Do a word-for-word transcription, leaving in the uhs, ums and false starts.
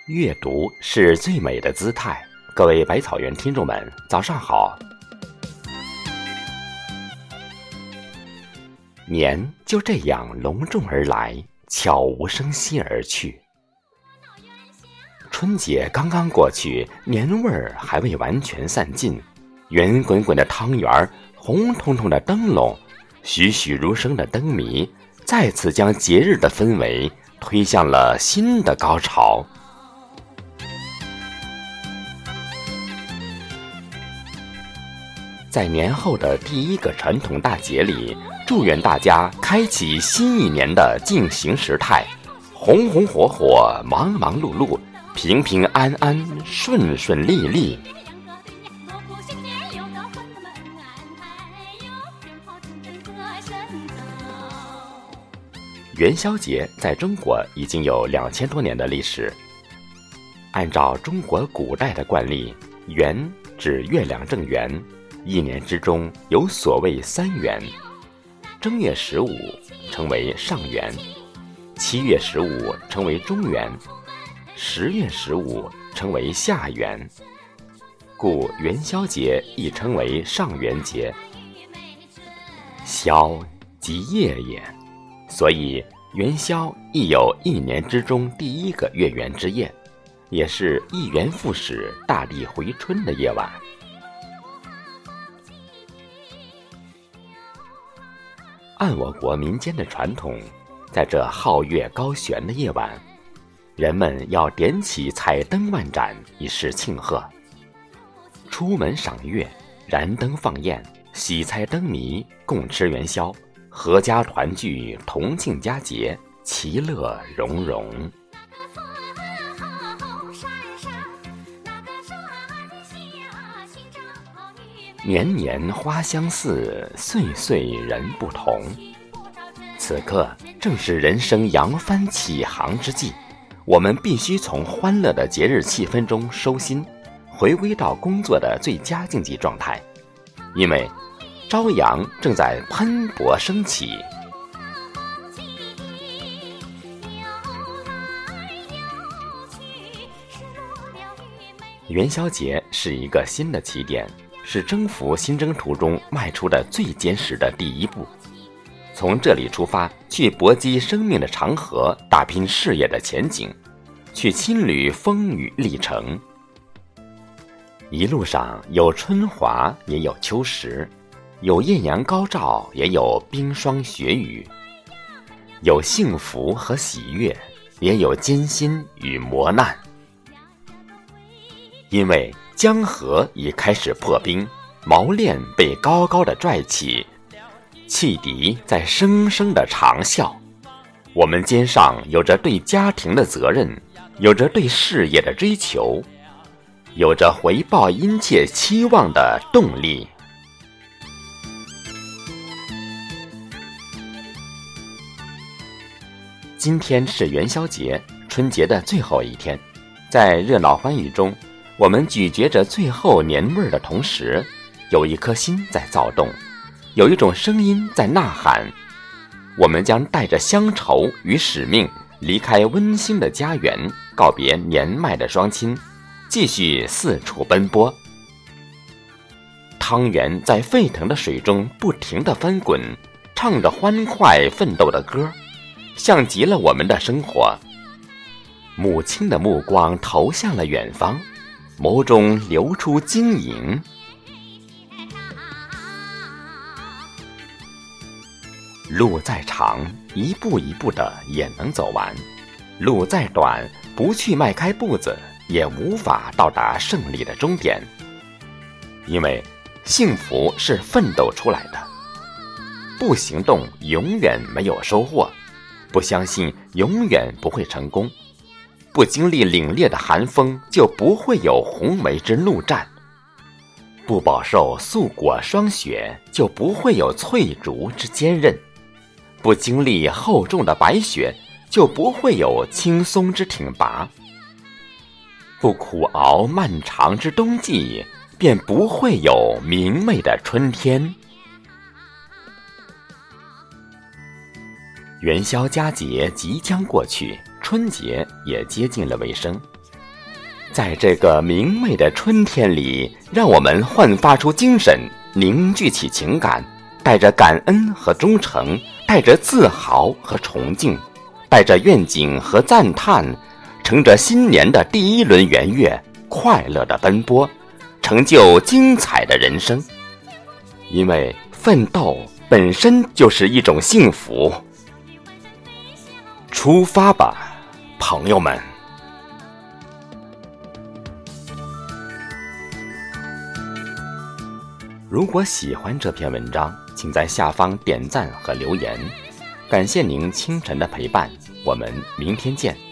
阅读是最美的姿态。各位百草园听众们，早上好。年就这样隆重而来，悄无声息而去。春节刚刚过去，年味儿还未完全散尽，圆滚滚的汤圆，红彤彤的灯笼，栩栩如生的灯谜，再次将节日的氛围推向了新的高潮。在年后的第一个传统大节里，祝愿大家开启新一年的进行时态，红红火火，忙忙碌碌，平平安安，顺顺利利。元宵节在中国已经有两千多年的历史。按照中国古代的惯例，元指月亮正圆，一年之中有所谓三元，正月十五称为上元，七月十五称为中元，十月十五称为下元，故元宵节亦称为上元节。宵即夜也，所以元宵亦有一年之中第一个月圆之夜，也是一元复始、大地回春的夜晚。按我国民间的传统，在这皓月高悬的夜晚，人们要点起彩灯万盏，以示庆贺。出门赏月，燃灯放焰，喜猜灯谜，共吃元宵，阖家团聚，同庆佳节，其乐融融。年年花相似，岁岁人不同。此刻正是人生扬帆起航之际，我们必须从欢乐的节日气氛中收心，回归到工作的最佳竞技状态，因为朝阳正在喷薄升起。元宵节是一个新的起点，是征服新征途中迈出的最坚实的第一步。从这里出发，去搏击生命的长河，打拼事业的前景，去亲旅风雨历程。一路上有春华，也有秋实，有艳阳高照，也有冰霜雪雨，有幸福和喜悦，也有艰辛与磨难。因为江河已开始破冰，锚链被高高的拽起，汽笛在声声的长啸。我们肩上有着对家庭的责任，有着对事业的追求，有着回报殷切期望的动力。今天是元宵节，春节的最后一天，在热闹欢愉中，我们咀嚼着最后年味的同时，有一颗心在躁动，有一种声音在呐喊。我们将带着乡愁与使命，离开温馨的家园，告别年迈的双亲，继续四处奔波。汤圆在沸腾的水中不停地翻滚，唱着欢快奋斗的歌，像极了我们的生活。母亲的目光投向了远方，眸中流出晶莹。路再长，一步一步的也能走完；路再短，不去迈开步子，也无法到达胜利的终点。因为幸福是奋斗出来的，不行动永远没有收获，不相信永远不会成功，不经历凛冽的寒风，就不会有宏伟之怒战；不饱受素裹霜雪，就不会有翠竹之坚韧；不经历厚重的白雪，就不会有轻松之挺拔；不苦熬漫长之冬季，便不会有明媚的春天。元宵佳节即将过去，春节也接近了尾声。 在这个明媚的春天里，让我们焕发出精神，凝聚起情感，带着感恩和忠诚，带着自豪和崇敬，带着愿景和赞叹，乘着新年的第一轮圆月，快乐地奔波，成就精彩的人生。因为奋斗本身就是一种幸福。出发吧，朋友们！如果喜欢这篇文章，请在下方点赞和留言。感谢您清晨的陪伴，我们明天见。